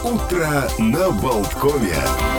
Утро на Болткове.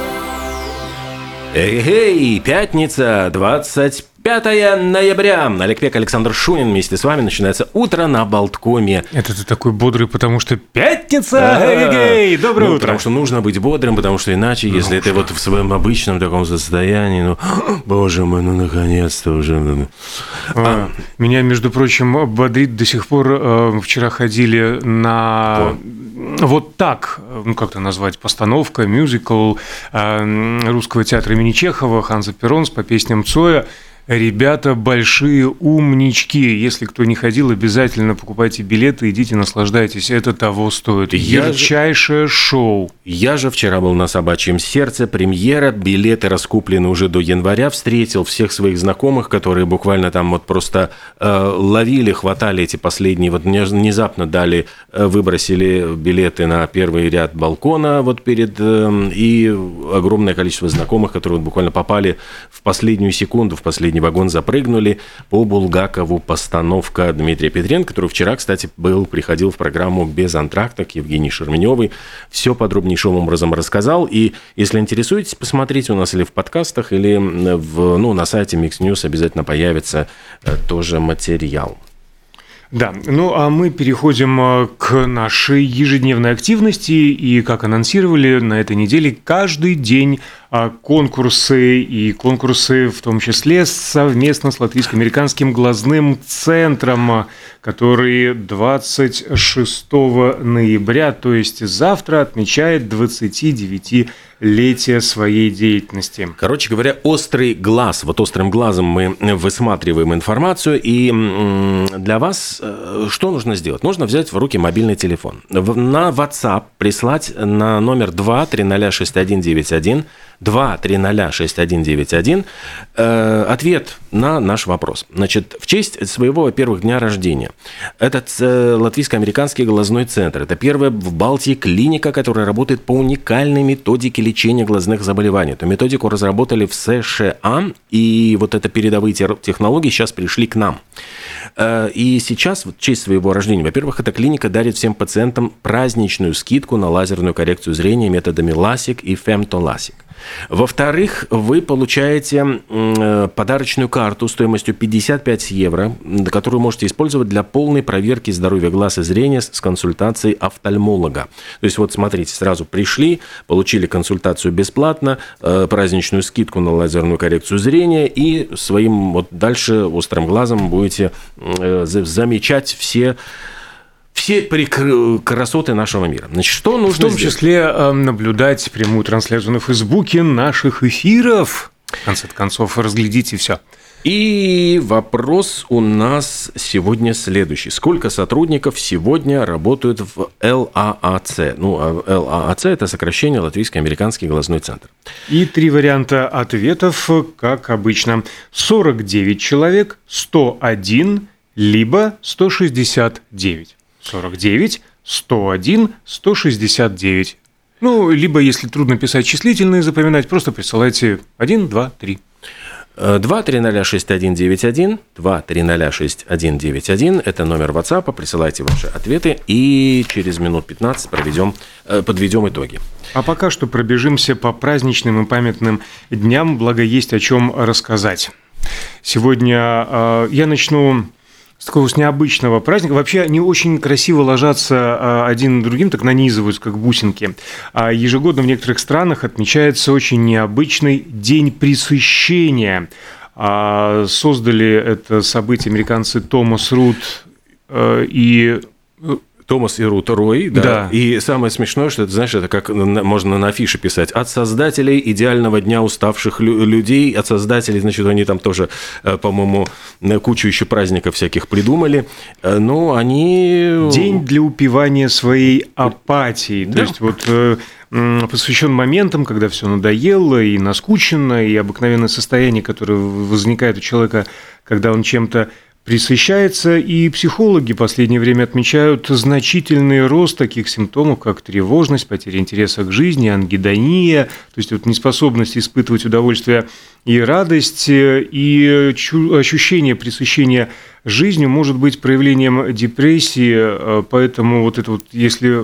Эй, пятница, 25 ноября. Олег Пек, Александр Шунин вместе с вами. Начинается утро на Болткоме. Это ты такой бодрый, потому что пятница! Эй, доброе утро! Потому что нужно быть бодрым, потому что иначе, если ты вот в своем обычном таком состоянии, боже мой, наконец-то уже. Меня, между прочим, бодрит до сих пор. Вчера ходили на... Вот так, как это назвать, постановка, мюзикл русского театра имени Чехова «Ханза Перронс» по песням Цоя. Ребята большие умнички. Если кто не ходил, обязательно покупайте билеты, идите, наслаждайтесь. Это того стоит. Ярчайшее шоу. Я же вчера был на «Собачьем сердце», премьера, билеты раскуплены уже до января. Встретил всех своих знакомых, которые буквально там вот просто ловили, хватали эти последние, вот внезапно дали, выбросили билеты на первый ряд балкона вот перед, и огромное количество знакомых, которые вот буквально попали в последнюю секунду, в последний вагон запрыгнули по Булгакову. Постановка Дмитрия Петренко, который вчера, кстати, приходил в программу «Без антракта» к Евгении Шерменевой. Все подробнейшим образом рассказал. И если интересуетесь, посмотрите у нас или в подкастах, или на сайте Mix News обязательно появится тоже материал. Да, а мы переходим к нашей ежедневной активности. И, как анонсировали, на этой неделе каждый день конкурсы, и конкурсы в том числе совместно с Латвийско-американским глазным центром, который 26 ноября, то есть завтра, отмечает 29-летие своей деятельности. Короче говоря, острый глаз. Вот острым глазом мы высматриваем информацию. И для вас что нужно сделать? Нужно взять в руки мобильный телефон. На WhatsApp прислать на номер 2-300-6191 2-300-6191 ответ на наш вопрос. Значит, в честь своего, во-первых, дня рождения. Этот Латвийско-американский глазной центр. Это первая в Балтии клиника, которая работает по уникальной методике лечения глазных заболеваний. Эту методику разработали в США, и вот это передовые технологии сейчас пришли к нам. И сейчас, в честь своего рождения, во-первых, эта клиника дарит всем пациентам праздничную скидку на лазерную коррекцию зрения методами LASIK и FemtoLASIK. Во-вторых, вы получаете подарочную карту стоимостью 55 евро, которую можете использовать для полной проверки здоровья глаз и зрения с консультацией офтальмолога. То есть, вот смотрите, сразу пришли, получили консультацию бесплатно, праздничную скидку на лазерную коррекцию зрения, и своим вот дальше острым глазом будете замечать все красоты нашего мира. Значит, что нужно в том числе наблюдать прямую трансляцию на Фейсбуке наших эфиров. В конце концов, разглядите все. И вопрос у нас сегодня следующий. Сколько сотрудников сегодня работают в ЛААЦ? ЛААЦ – это сокращение Латвийско-американский глазной центр. И 3 варианта ответов, как обычно. 49 человек, 101, либо 169. 49, 101, 169. Либо, если трудно писать числительные, запоминать, просто присылайте 1, 2, 3. 2-300-6191, 2-300-6191, это номер WhatsApp, присылайте ваши ответы, и через минут 15 подведем итоги. А пока что пробежимся по праздничным и памятным дням, благо есть о чем рассказать. Сегодня я начну с такого необычного праздника. Вообще они очень красиво ложатся один другим, так нанизываются, как бусинки. А ежегодно в некоторых странах отмечается очень необычный День пресыщения. Создали это событие американцы Томас Рут и Рут Рой, да. И самое смешное, что это, знаешь, это как можно на афише писать. От создателей идеального дня уставших людей, от создателей, значит, они там тоже, по-моему, кучу еще праздников всяких придумали. Но они... День для упивания своей апатии. Да. То есть вот посвящен моментам, когда все надоело и наскучено, и обыкновенное состояние, которое возникает у человека, когда он чем-то пресыщается, и психологи в последнее время отмечают значительный рост таких симптомов, как тревожность, потеря интереса к жизни, ангидония, то есть вот неспособность испытывать удовольствие и радость, и ощущение пресыщения жизнью может быть проявлением депрессии, поэтому вот это вот, если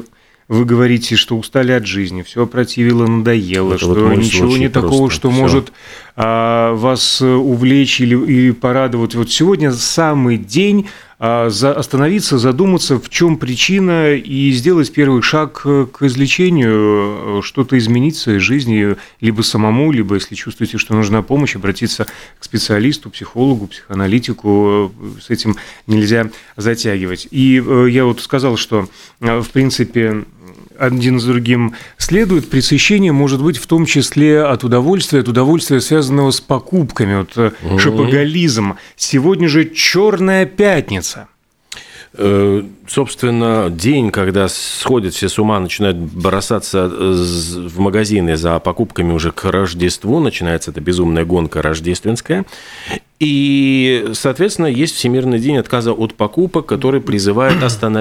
вы говорите, что устали от жизни, все опротивило, надоело, Это что вот ничего не такого, что всё. может вас увлечь или порадовать. Вот сегодня самый день остановиться, задуматься, в чем причина, и сделать первый шаг к излечению, что-то изменить в своей жизни, либо самому, либо, если чувствуете, что нужна помощь, обратиться к специалисту, психологу, психоаналитику. С этим нельзя затягивать. И я вот сказал, что, в принципе, один за другим следует. Пресыщение может быть в том числе от удовольствия, связанного с покупками, вот шопоголизм. Сегодня же Черная пятница. Собственно, день, когда сходят все с ума, начинают бросаться в магазины за покупками уже к Рождеству, начинается эта безумная гонка рождественская. И, соответственно, есть Всемирный день отказа от покупок, который призывает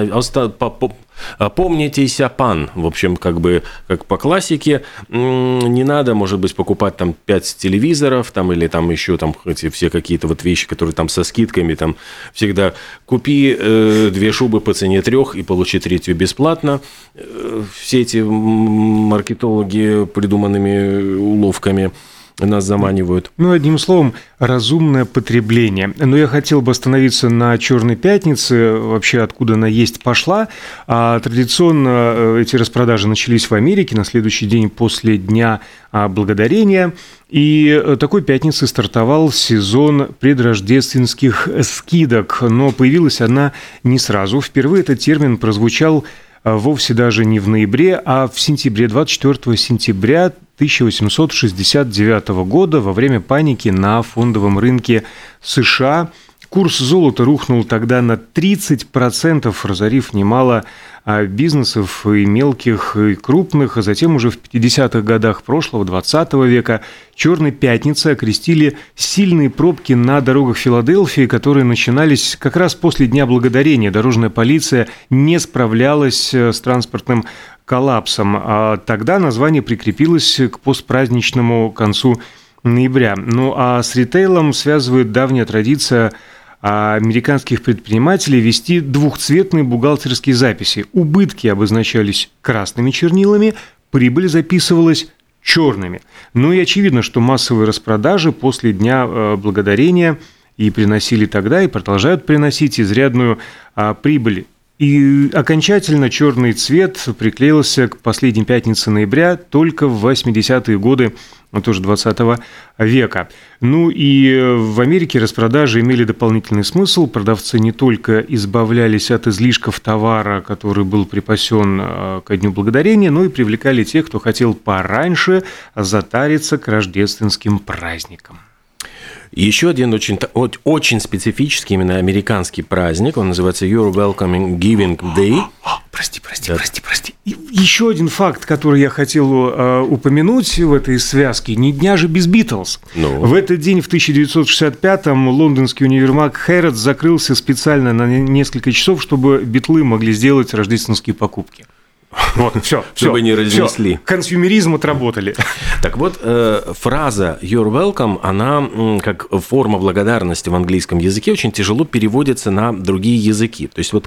«Помнитесь о пан». В общем, как по классике, не надо, может быть, покупать там 5 телевизоров там, или там еще там, эти все какие-то вот вещи, которые там со скидками. Там всегда купи 2 шубы по цене 3 и получи 3 бесплатно. Все эти маркетологи придуманными уловками нас заманивают. Одним словом, разумное потребление. Но я хотел бы остановиться на Черной пятнице, вообще откуда она есть пошла. Традиционно эти распродажи начались в Америке на следующий день после Дня Благодарения. И такой пятницей стартовал сезон предрождественских скидок. Но появилась она не сразу. Впервые этот термин прозвучал вовсе даже не в ноябре, а в сентябре, 24 сентября 1869 года, во время паники на фондовом рынке США. Курс золота рухнул тогда на 30%, разорив немало бизнесов и мелких, и крупных. А затем уже в 50-х годах прошлого, 20 века, Черной пятницей окрестили сильные пробки на дорогах Филадельфии, которые начинались как раз после Дня Благодарения. Дорожная полиция не справлялась с транспортным коллапсом. А тогда название прикрепилось к постпраздничному концу ноября. А с ритейлом связывает давняя традиция американских предпринимателей вести двухцветные бухгалтерские записи. Убытки обозначались красными чернилами, прибыль записывалась черными. И очевидно, что массовые распродажи после Дня Благодарения и приносили тогда, и продолжают приносить изрядную прибыль. И окончательно черный цвет приклеился к последней пятнице ноября только в 80-е годы, тоже 20 века. И в Америке распродажи имели дополнительный смысл. Продавцы не только избавлялись от излишков товара, который был припасен ко Дню Благодарения, но и привлекали тех, кто хотел пораньше затариться к рождественским праздникам. Еще один очень специфический, именно американский праздник, он называется You're Welcome Giving Day. Прости. Еще один факт, который я хотел упомянуть в этой связке. Ни дня же без Битлз. В этот день, в 1965-м, лондонский универмаг Хэрротс закрылся специально на несколько часов, чтобы битлы могли сделать рождественские покупки. Все. Чтобы не разнесли. Консюмеризм отработали. Так вот, фраза «you're welcome», она как форма благодарности в английском языке очень тяжело переводится на другие языки. То есть дело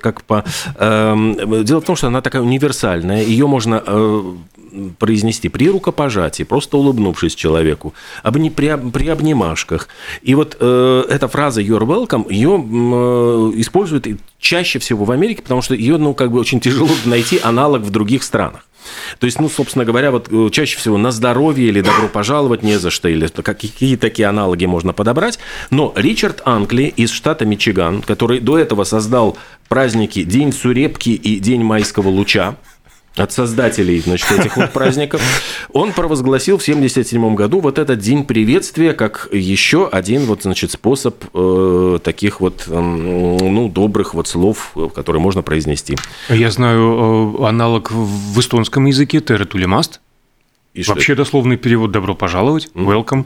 в том, что она такая универсальная, ее можно произнести при рукопожатии, просто улыбнувшись человеку, при обнимашках. И эта фраза «you're welcome», ее используют чаще всего в Америке, потому что ее очень тяжело найти аналог в других странах. То есть, собственно говоря, чаще всего на здоровье или добро пожаловать не за что, или какие такие аналоги можно подобрать. Но Ричард Анкли из штата Мичиган, который до этого создал праздники День Сурепки и День Майского Луча, от создателей, этих праздников, он провозгласил в 1977 году этот день приветствия как еще один способ таких добрых слов, которые можно произнести. Я знаю аналог в эстонском языке «Терре тулемаст». Вообще дословный перевод «добро пожаловать», «welcome».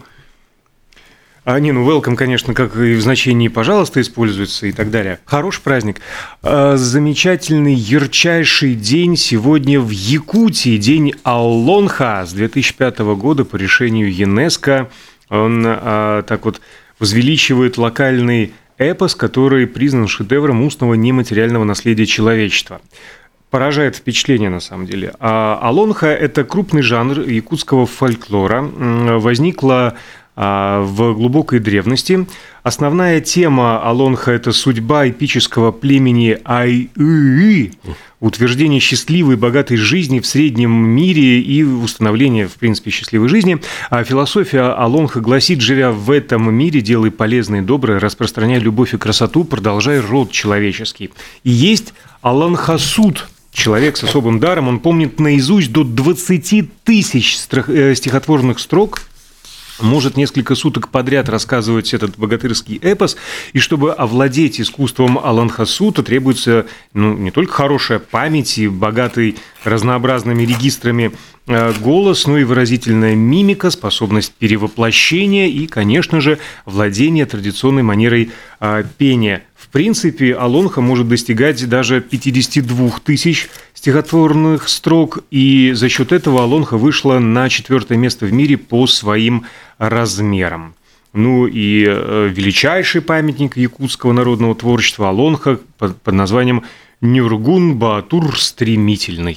Welcome, конечно, как и в значении «пожалуйста» используется и так далее. Хороший праздник. Замечательный, ярчайший день сегодня в Якутии. День Алонха с 2005 года по решению ЮНЕСКО. Он возвеличивает локальный эпос, который признан шедевром устного нематериального наследия человечества. поражает впечатление, на самом деле. Олонхо – это крупный жанр якутского фольклора. Возникла в глубокой древности. Основная тема Олонхо – это судьба эпического племени Ай-ы-ы, утверждение счастливой, богатой жизни в среднем мире и установление, в принципе, счастливой жизни. А философия Олонхо гласит: живя в этом мире, делай полезное и доброе, распространяй любовь и красоту, продолжай род человеческий. И есть Олонхосуд. Человек с особым даром, он помнит наизусть до 20 тысяч стихотворных строк, может несколько суток подряд рассказывать этот богатырский эпос, и чтобы овладеть искусством Олонхосуда, требуется не только хорошая память и богатый разнообразными регистрами голос, но и выразительная мимика, способность перевоплощения и, конечно же, владение традиционной манерой пения. В принципе, Олонхо может достигать даже 52 тысяч стихотворных строк, и за счет этого Олонхо вышла на 4-е место в мире по своим размерам. Ну и величайший памятник якутского народного творчества Олонхо под названием Нюргун Баатур Стремительный.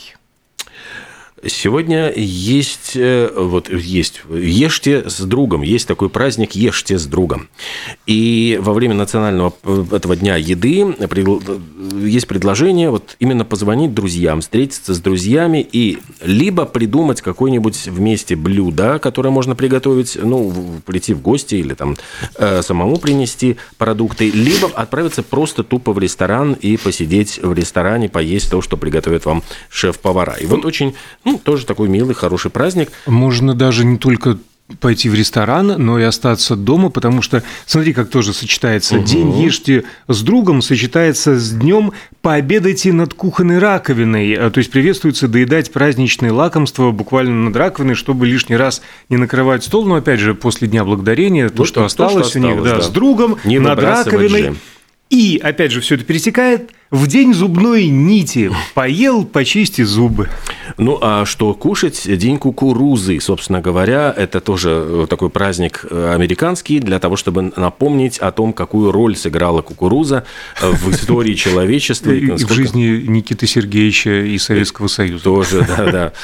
Сегодня есть «Ешьте с другом», есть такой праздник «Ешьте с другом». И во время национального этого дня еды есть предложение именно позвонить друзьям, встретиться с друзьями и либо придумать какое-нибудь вместе блюдо, которое можно приготовить, прийти в гости или там самому принести продукты, либо отправиться просто тупо в ресторан и посидеть в ресторане, поесть то, что приготовят вам шеф-повара. И вот очень... тоже такой милый, хороший праздник. Можно даже не только пойти в ресторан, но и остаться дома, потому что, смотри, как тоже сочетается. День ешьте с другом сочетается с днем пообедайте над кухонной раковиной. То есть приветствуется доедать праздничные лакомства буквально над раковиной, чтобы лишний раз не накрывать стол. Но опять же, после Дня Благодарения, то, что осталось у них, с другом, не над раковиной. И, опять же, все это пересекает в день зубной нити. Поел, почисти зубы. Ну, а что кушать? День кукурузы, собственно говоря. Это тоже такой праздник американский, для того, чтобы напомнить о том, какую роль сыграла кукуруза в истории человечества. И в жизни Никиты Сергеевича и Советского Союза. Тоже, да.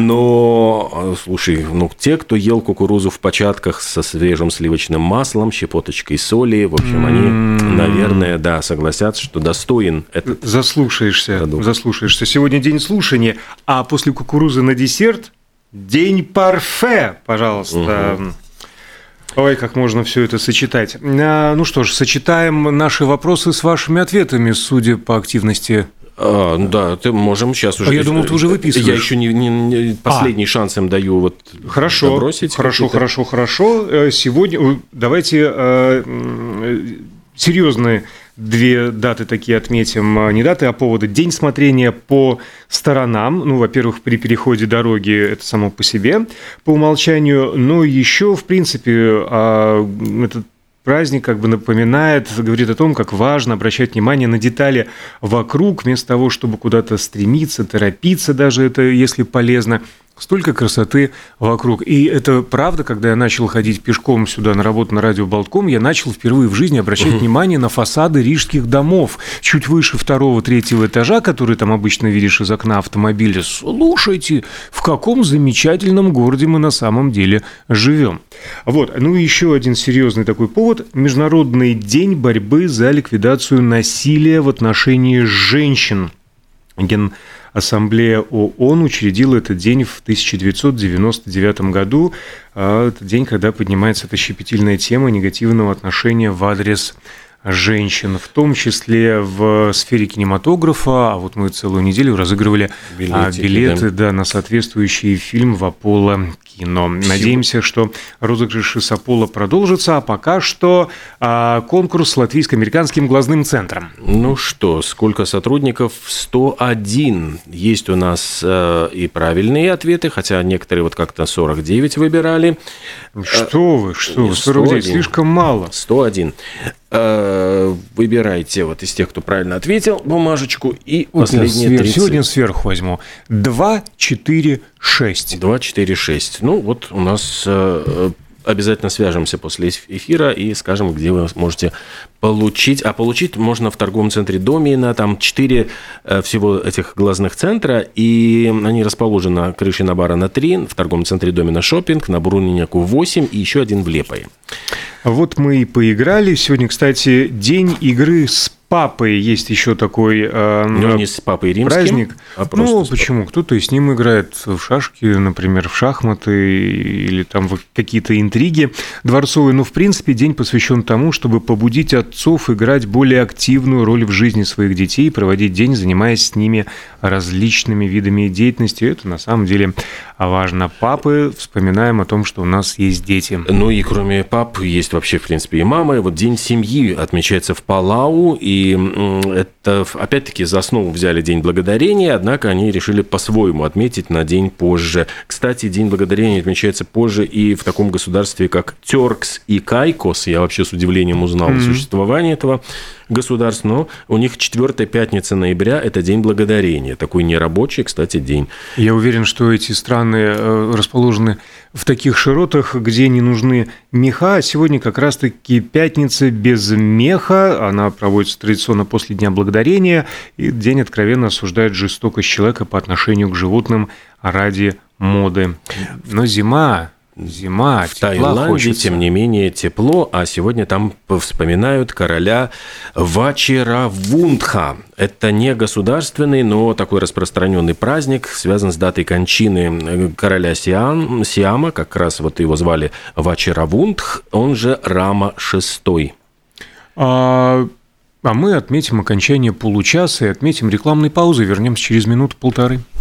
Но, слушай, те, кто ел кукурузу в початках со свежим сливочным маслом, щепоточкой соли, в общем, они, наверное, согласятся, что достоин этот заслушаешься. Сегодня день слушания, а после кукурузы на десерт день парфе, пожалуйста. Ой, как можно все это сочетать. Ну что ж, сочетаем наши вопросы с вашими ответами, судя по активности. Да, можем сейчас уже. Я думал, ты уже выписываешь. Я еще не последний шанс им даю добросить. Хорошо. Сегодня давайте серьезные две даты такие отметим. Не даты, а поводы. День смотрения по сторонам. Во-первых, при переходе дороги это само по себе, по умолчанию. Но еще, в принципе, этот праздник напоминает, говорит о том, как важно обращать внимание на детали вокруг, вместо того, чтобы куда-то стремиться, торопиться, даже это, если полезно. Столько красоты вокруг. И это правда, когда я начал ходить пешком сюда на работу на радио Болтком, я начал впервые в жизни обращать внимание на фасады рижских домов. Чуть выше 2-3 этажа, которые там обычно видишь из окна автомобиля. Слушайте, в каком замечательном городе мы на самом деле живем. Еще один серьезный такой повод. Международный день борьбы за ликвидацию насилия в отношении женщин. Ассамблея ООН учредила этот день в 1999 году. Это день, когда поднимается эта щепетильная тема негативного отношения в адрес женщин, в том числе в сфере кинематографа. А мы целую неделю разыгрывали билеты на соответствующий фильм в Аполло кино. Надеемся, что розыгрыши с Аполло продолжатся, а пока что конкурс с Латвийско-американским глазным центром. Ну что, сколько сотрудников? 101. Есть у нас и правильные ответы, хотя некоторые как-то 49 выбирали. Что вы, 49, слишком мало. 101. Выбирайте из тех, кто правильно ответил, бумажечку, и последние 30. Сегодня сверху возьму. 2, 4, 6. 2, 4, 6. У нас обязательно свяжемся после эфира и скажем, где вы можете получить. А получить можно в торговом центре Домина, там 4 всего этих глазных центра, и они расположены на крыше Набарана 3, в торговом центре Домина Шоппинг, на Бруниняку 8 и еще один в Лепое. Вот мы и поиграли. Сегодня, кстати, день игры с папой. Есть еще такой не с папой римским, праздник. А просто почему? Кто-то и с ним играет в шашки, например, в шахматы или там в какие-то интриги дворцовые. Но, в принципе, день посвящен тому, чтобы побудить отцов играть более активную роль в жизни своих детей, проводить день, занимаясь с ними различными видами деятельности. Это, на самом деле, важно. Папы, вспоминаем о том, что у нас есть дети. Ну и кроме пап, есть вообще, в принципе, и мамы. Вот День семьи отмечается в Палау, и это, опять-таки, за основу взяли День Благодарения, однако они решили по-своему отметить на день позже. Кстати, День Благодарения отмечается позже и в таком государстве, как Тёркс и Кайкос. Я вообще с удивлением узнал о существовании этого государств, но у них 4-я пятница ноября – это День Благодарения. Такой нерабочий, кстати, день. Я уверен, что эти страны расположены в таких широтах, где не нужны меха. А сегодня как раз-таки пятница без меха. Она проводится традиционно после Дня Благодарения. И день откровенно осуждает жестокость человека по отношению к животным ради моды. Но зима, в Таиланде, хочется. Тем не менее, тепло, а сегодня там вспоминают короля Вачиравунтха. Это не государственный, но такой распространенный праздник, связан с датой кончины короля Сиама, как раз вот его звали Вачиравунтх, он же Рама VI. А мы отметим окончание получаса и отметим рекламной паузы. Вернемся через минуту-полторы.